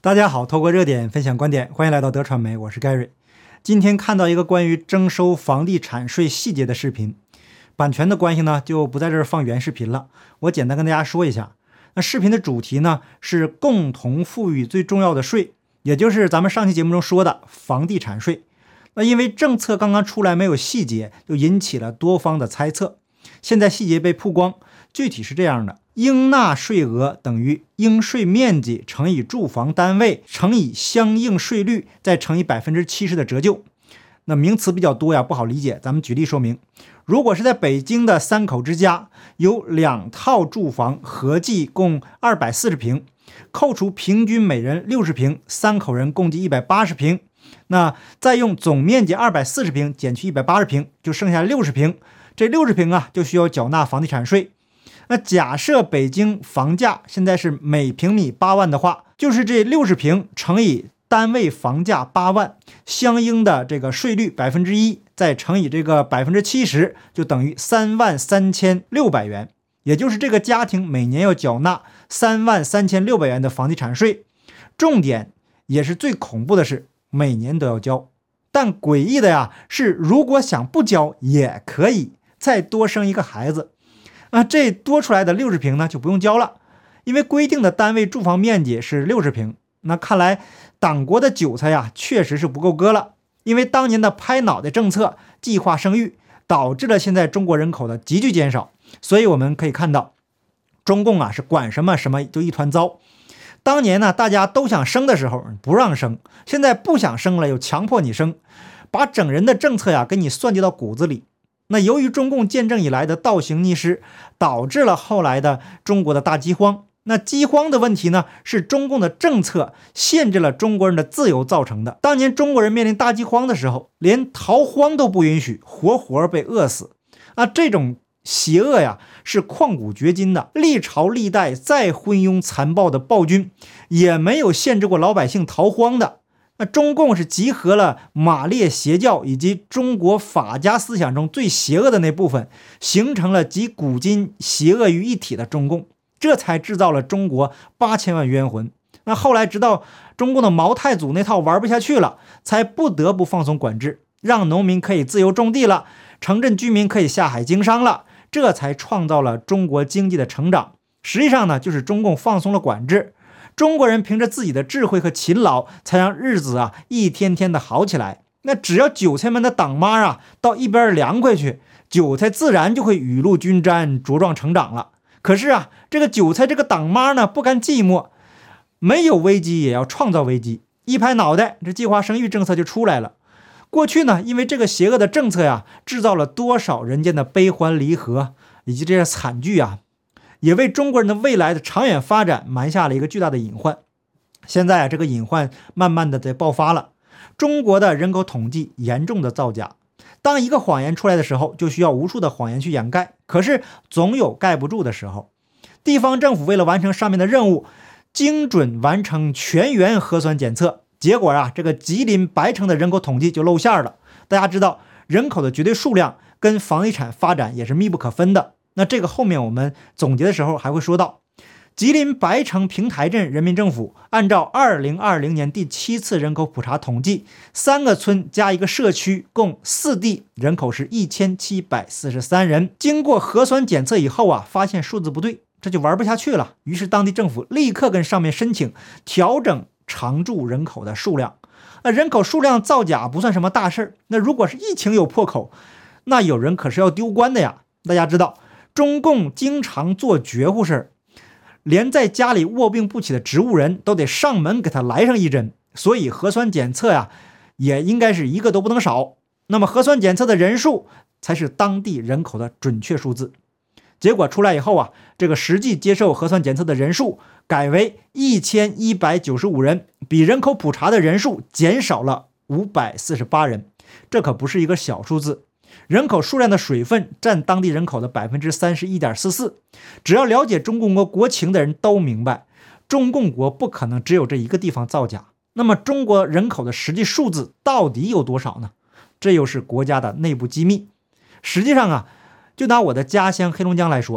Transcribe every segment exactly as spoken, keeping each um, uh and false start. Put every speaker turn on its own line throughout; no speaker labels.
大家好，透过热点分享观点，欢迎来到德传媒，我是 Gary。 今天看到一个关于征收房地产税细节的视频，版权的关系呢，就不在这儿放原视频了，我简单跟大家说一下。那视频的主题呢是共同富裕最重要的税，也就是咱们上期节目中说的房地产税。那因为政策刚刚出来没有细节，就引起了多方的猜测。现在细节被曝光，具体是这样的：应纳税额等于应税面积乘以住房单位乘以相应税率，再乘以百分之七十的折旧。那名词比较多呀，不好理解，咱们举例说明。如果是在北京的三口之家，有两套住房，合计共二百四十平，扣除平均每人六十平，三口人共计一百八十平。那再用总面积二百四十平减去一百八十平，就剩下六十平。这六十平啊，就需要缴纳房地产税。那假设北京房价现在是每平米八万的话，就是这六十平乘以单位房价八万，相应的这个税率百分之一，再乘以这个百分之七十，就等于三万三千六百元。也就是这个家庭每年要缴纳三万三千六百元的房地产税。重点也是最恐怖的是，每年都要交。但诡异的呀是，如果想不交也可以再多生一个孩子。那这多出来的六十平呢就不用交了，因为规定的单位住房面积是六十平。那看来党国的韭菜呀确实是不够割了，因为当年的拍脑袋政策计划生育，导致了现在中国人口的急剧减少。所以我们可以看到，中共啊是管什么什么就一团糟。当年呢大家都想生的时候不让生，现在不想生了又强迫你生，把整人的政策呀给你算计到骨子里。那由于中共建政以来的倒行逆施，导致了后来的中国的大饥荒。那饥荒的问题呢，是中共的政策限制了中国人的自由造成的。当年中国人面临大饥荒的时候，连逃荒都不允许，活活被饿死。啊，这种邪恶呀，是旷古绝今的。历朝历代再昏庸残暴的暴君，也没有限制过老百姓逃荒的。那中共是集合了马列邪教以及中国法家思想中最邪恶的那部分，形成了集古今邪恶于一体的中共，这才制造了中国八千万冤魂。那后来直到中共的毛太祖那套玩不下去了，才不得不放松管制，让农民可以自由种地了，城镇居民可以下海经商了，这才创造了中国经济的成长。实际上呢，就是中共放松了管制，中国人凭着自己的智慧和勤劳，才让日子啊一天天的好起来。那只要韭菜们的党妈啊到一边凉快去，韭菜自然就会雨露均沾，茁壮成长了。可是啊，这个韭菜这个党妈呢不甘寂寞，没有危机也要创造危机，一拍脑袋，这计划生育政策就出来了。过去呢，因为这个邪恶的政策呀，制造了多少人间的悲欢离合以及这些惨剧啊，也为中国人的未来的长远发展埋下了一个巨大的隐患。现在啊，这个隐患慢慢的在爆发了。中国的人口统计严重的造假，当一个谎言出来的时候，就需要无数的谎言去掩盖，可是总有盖不住的时候。地方政府为了完成上面的任务，精准完成全员核酸检测，结果啊，这个吉林白城的人口统计就露馅了。大家知道，人口的绝对数量跟房地产发展也是密不可分的。那这个后面我们总结的时候还会说到，吉林白城平台镇人民政府按照二零二零年第七次人口普查统计，三个村加一个社区，共四地人口是一千七百四十三人。经过核酸检测以后啊，发现数字不对，这就玩不下去了。于是当地政府立刻跟上面申请调整常住人口的数量。那人口数量造假不算什么大事，那如果是疫情有破口，那有人可是要丢官的呀。大家知道，中共经常做绝户事儿，连在家里卧病不起的植物人都得上门给他来上一针，所以核酸检测呀，也应该是一个都不能少。那么核酸检测的人数才是当地人口的准确数字。结果出来以后啊，这个实际接受核酸检测的人数改为一千一百九十五人，比人口普查的人数减少了五百四十八人，这可不是一个小数字。人口数量的水分占当地人口的 百分之三十一点四四。 只要了解中共国国情的人都明白，中共国不可能只有这一个地方造假。那么中国人口的实际数字到底有多少呢？这又是国家的内部机密。实际上啊，就拿我的家乡黑龙江来说，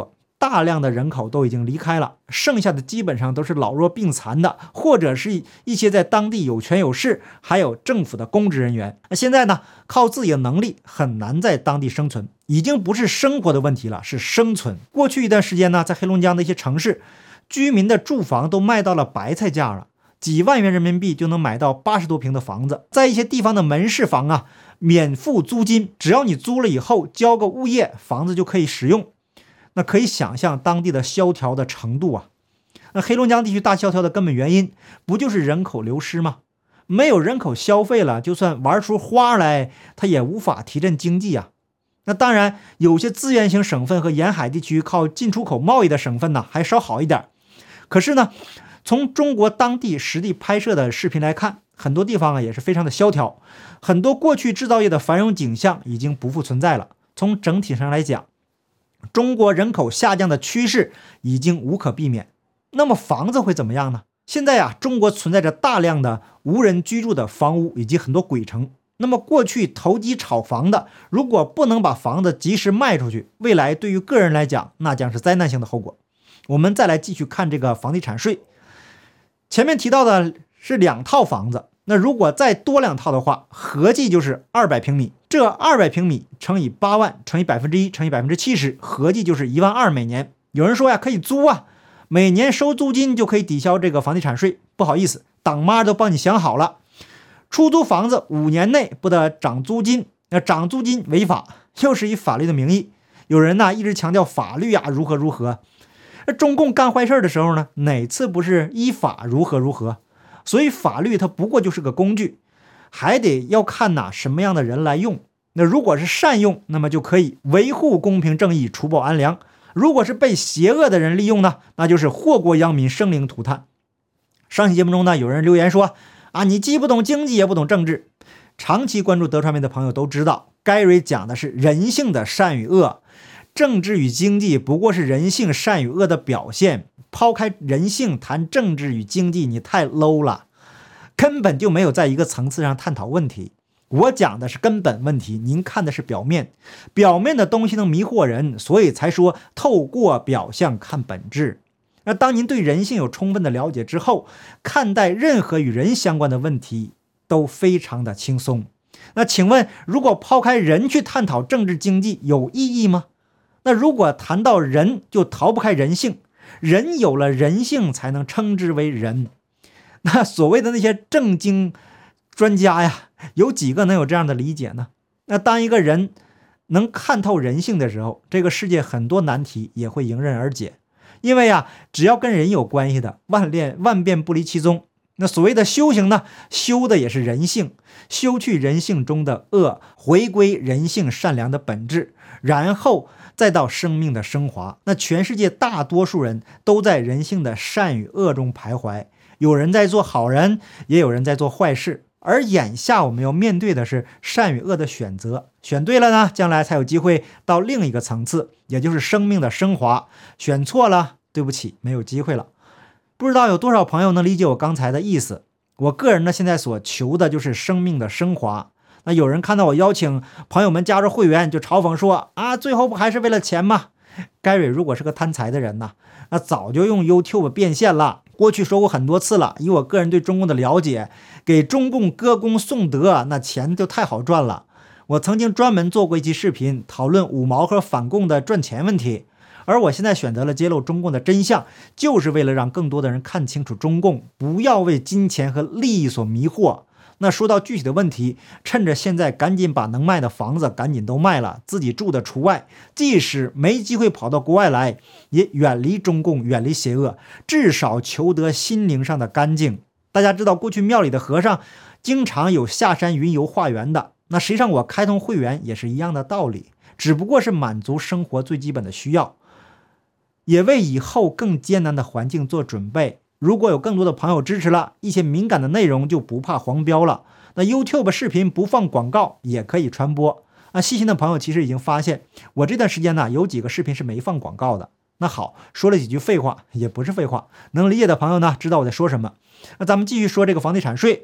大量的人口都已经离开了，剩下的基本上都是老弱病残的，或者是一些在当地有权有势，还有政府的公职人员。那现在呢，靠自己的能力很难在当地生存，已经不是生活的问题了，是生存。过去一段时间呢，在黑龙江的一些城市，居民的住房都卖到了白菜价了，几万元人民币就能买到八十多平的房子。在一些地方的门市房啊，免付租金，只要你租了以后交个物业，房子就可以使用。那可以想象当地的萧条的程度啊。那黑龙江地区大萧条的根本原因不就是人口流失吗？没有人口消费了，就算玩出花来，它也无法提振经济啊。那当然，有些资源型省份和沿海地区靠进出口贸易的省份呢，还稍好一点。可是呢，从中国当地实地拍摄的视频来看，很多地方啊也是非常的萧条，很多过去制造业的繁荣景象已经不复存在了。从整体上来讲，中国人口下降的趋势已经无可避免。那么房子会怎么样呢？现在啊，中国存在着大量的无人居住的房屋以及很多鬼城。那么过去投机炒房的，如果不能把房子及时卖出去，未来对于个人来讲，那将是灾难性的后果。我们再来继续看这个房地产税。前面提到的是两套房子，那如果再多两套的话，合计就是二百平米。这二百平米乘以八万乘以百分之一乘以百分之七十，合计就是一万二每年。有人说呀，可以租啊，每年收租金就可以抵消这个房地产税。不好意思，党妈都帮你想好了，出租房子五年内不得涨租金，那涨租金违法，又是以法律的名义。有人呢一直强调法律啊如何如何，中共干坏事的时候呢，哪次不是依法如何如何？所以法律它不过就是个工具，还得要看哪什么样的人来用。那如果是善用，那么就可以维护公平正义，除暴安良；如果是被邪恶的人利用呢，那就是祸国殃民，生灵涂炭。上期节目中呢，有人留言说啊，你既不懂经济也不懂政治。长期关注德传媒的朋友都知道，盖瑞讲的是人性的善与恶，政治与经济不过是人性善与恶的表现。抛开人性谈政治与经济，你太 low 了，根本就没有在一个层次上探讨问题。我讲的是根本问题，您看的是表面，表面的东西能迷惑人，所以才说透过表象看本质。那当您对人性有充分的了解之后，看待任何与人相关的问题都非常的轻松。那请问，如果抛开人去探讨政治经济有意义吗？那如果谈到人，就逃不开人性，人有了人性才能称之为人。那所谓的那些政经专家呀，有几个能有这样的理解呢？那当一个人能看透人性的时候，这个世界很多难题也会迎刃而解。因为啊，只要跟人有关系的，万变万变不离其宗。那所谓的修行呢，修的也是人性，修去人性中的恶，回归人性善良的本质，然后再到生命的升华。那全世界大多数人都在人性的善与恶中徘徊，有人在做好人，也有人在做坏事。而眼下我们要面对的是善与恶的选择，选对了呢，将来才有机会到另一个层次，也就是生命的升华。选错了，对不起，没有机会了。不知道有多少朋友能理解我刚才的意思。我个人呢，现在所求的就是生命的升华。那有人看到我邀请朋友们加入会员，就嘲讽说啊，最后不还是为了钱吗？盖瑞如果是个贪财的人呢，那早就用 YouTube 变现了。过去说过很多次了，以我个人对中共的了解，给中共歌功颂德，那钱就太好赚了。我曾经专门做过一期视频，讨论五毛和反共的赚钱问题。而我现在选择了揭露中共的真相，就是为了让更多的人看清楚中共，不要为金钱和利益所迷惑。那说到具体的问题，趁着现在赶紧把能卖的房子赶紧都卖了，自己住的除外，即使没机会跑到国外来，也远离中共，远离邪恶，至少求得心灵上的干净。大家知道过去庙里的和尚经常有下山云游化缘的，那实际上我开通会员也是一样的道理，只不过是满足生活最基本的需要，也为以后更艰难的环境做准备。如果有更多的朋友支持了，一些敏感的内容就不怕黄标了。那 YouTube 视频不放广告也可以传播。那细心的朋友其实已经发现，我这段时间呢有几个视频是没放广告的。那好，说了几句废话，也不是废话，能理解的朋友呢知道我在说什么。那咱们继续说这个房地产税。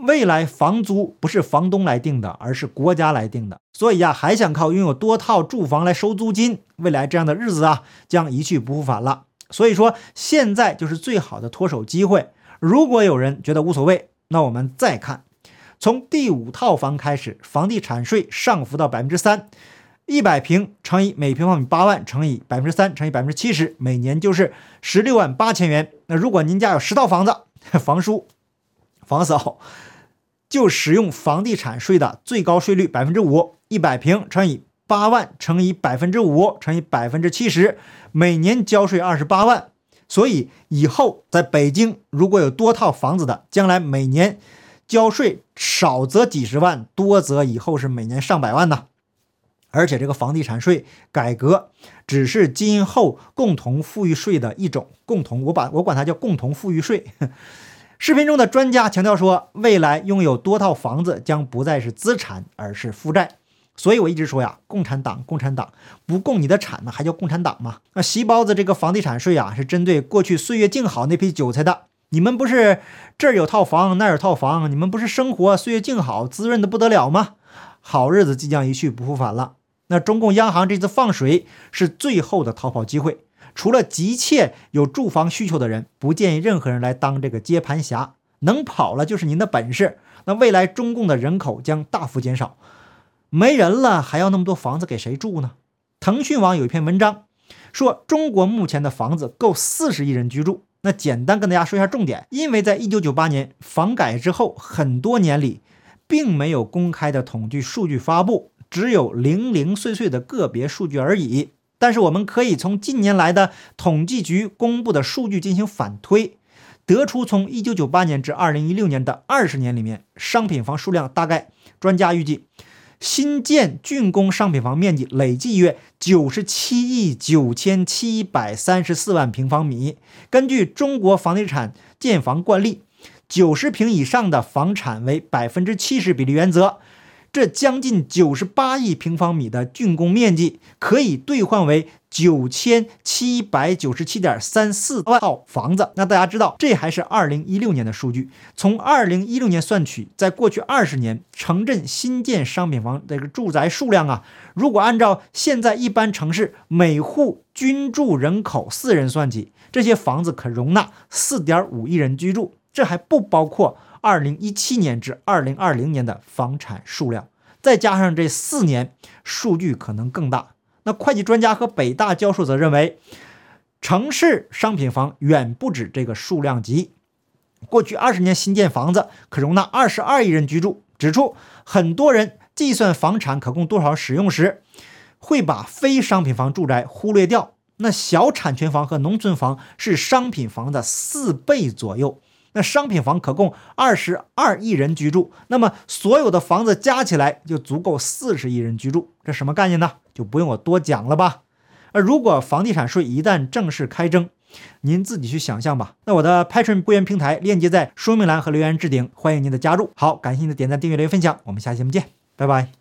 未来房租不是房东来定的，而是国家来定的。所以呀，还想靠拥有多套住房来收租金，未来这样的日子啊，将一去不复返了。所以说，现在就是最好的脱手机会。如果有人觉得无所谓，那我们再看，从第五套房开始，房地产税上浮到百分之三，一百平乘以每平方米八万乘以百分之三乘以百分之七十，每年就是十六万八千元。那如果您家有十套房子，房叔、房嫂就使用房地产税的最高税率百分之五，一百平乘以八万乘以百分之五乘以百分之七十，每年交税二十八万。所以以后在北京如果有多套房子的，将来每年交税少则几十万，多则以后是每年上百万呢。而且这个房地产税改革只是今后共同富裕税的一种，共同我把我管它叫共同富裕税。视频中的专家强调说，未来拥有多套房子将不再是资产，而是负债。所以我一直说呀，共产党，共产党不共你的产呢，还叫共产党吗？那席包子这个房地产税啊，是针对过去岁月静好那批韭菜的。你们不是这儿有套房，那儿有套房，你们不是生活岁月静好，滋润的不得了吗？好日子即将一去不复返了。那中共央行这次放水是最后的逃跑机会，除了急切有住房需求的人，不建议任何人来当这个接盘侠，能跑了就是您的本事。那未来中共的人口将大幅减少，没人了还要那么多房子给谁住呢？腾讯网有一篇文章说，中国目前的房子够四十亿人居住。那简单跟大家说一下重点，因为在一九九八年房改之后，很多年里并没有公开的统计数据发布，只有零零碎碎的个别数据而已。但是我们可以从近年来的统计局公布的数据进行反推，得出从一九九八年至二零一六年的二十年里面，商品房数量大概，专家预计新建竣工商品房面积累计约九十七亿九千七百三十四万平方米。根据中国房地产建房惯例，九十平以上的房产为百分之七十比例原则，这将近九十八亿平方米的竣工面积可以兑换为九千七百九十七点三四万套房子。那大家知道，这还是二零一六年的数据。从二零一六年算起，在过去二十年，城镇新建商品房这个住宅数量啊，如果按照现在一般城市每户均住人口四人算起，这些房子可容纳 四点五亿人居住。这还不包括二零一七年至二零二零年的房产数量，再加上这四年，数据可能更大。那会计专家和北大教授则认为，城市商品房远不止这个数量级。过去二十年新建房子可容纳二十二亿人居住，指出很多人计算房产可供多少使用时，会把非商品房住宅忽略掉。那小产权房和农村房是商品房的四倍左右。那商品房可供二十二亿人居住，那么所有的房子加起来就足够四十亿人居住，这什么概念呢？就不用我多讲了吧。而如果房地产税一旦正式开征，您自己去想象吧。那我的 Patreon 会员平台链接在说明栏和留言置顶，欢迎您的加入。好，感谢您的点赞、订阅、留言、分享，我们下期节目见，拜拜。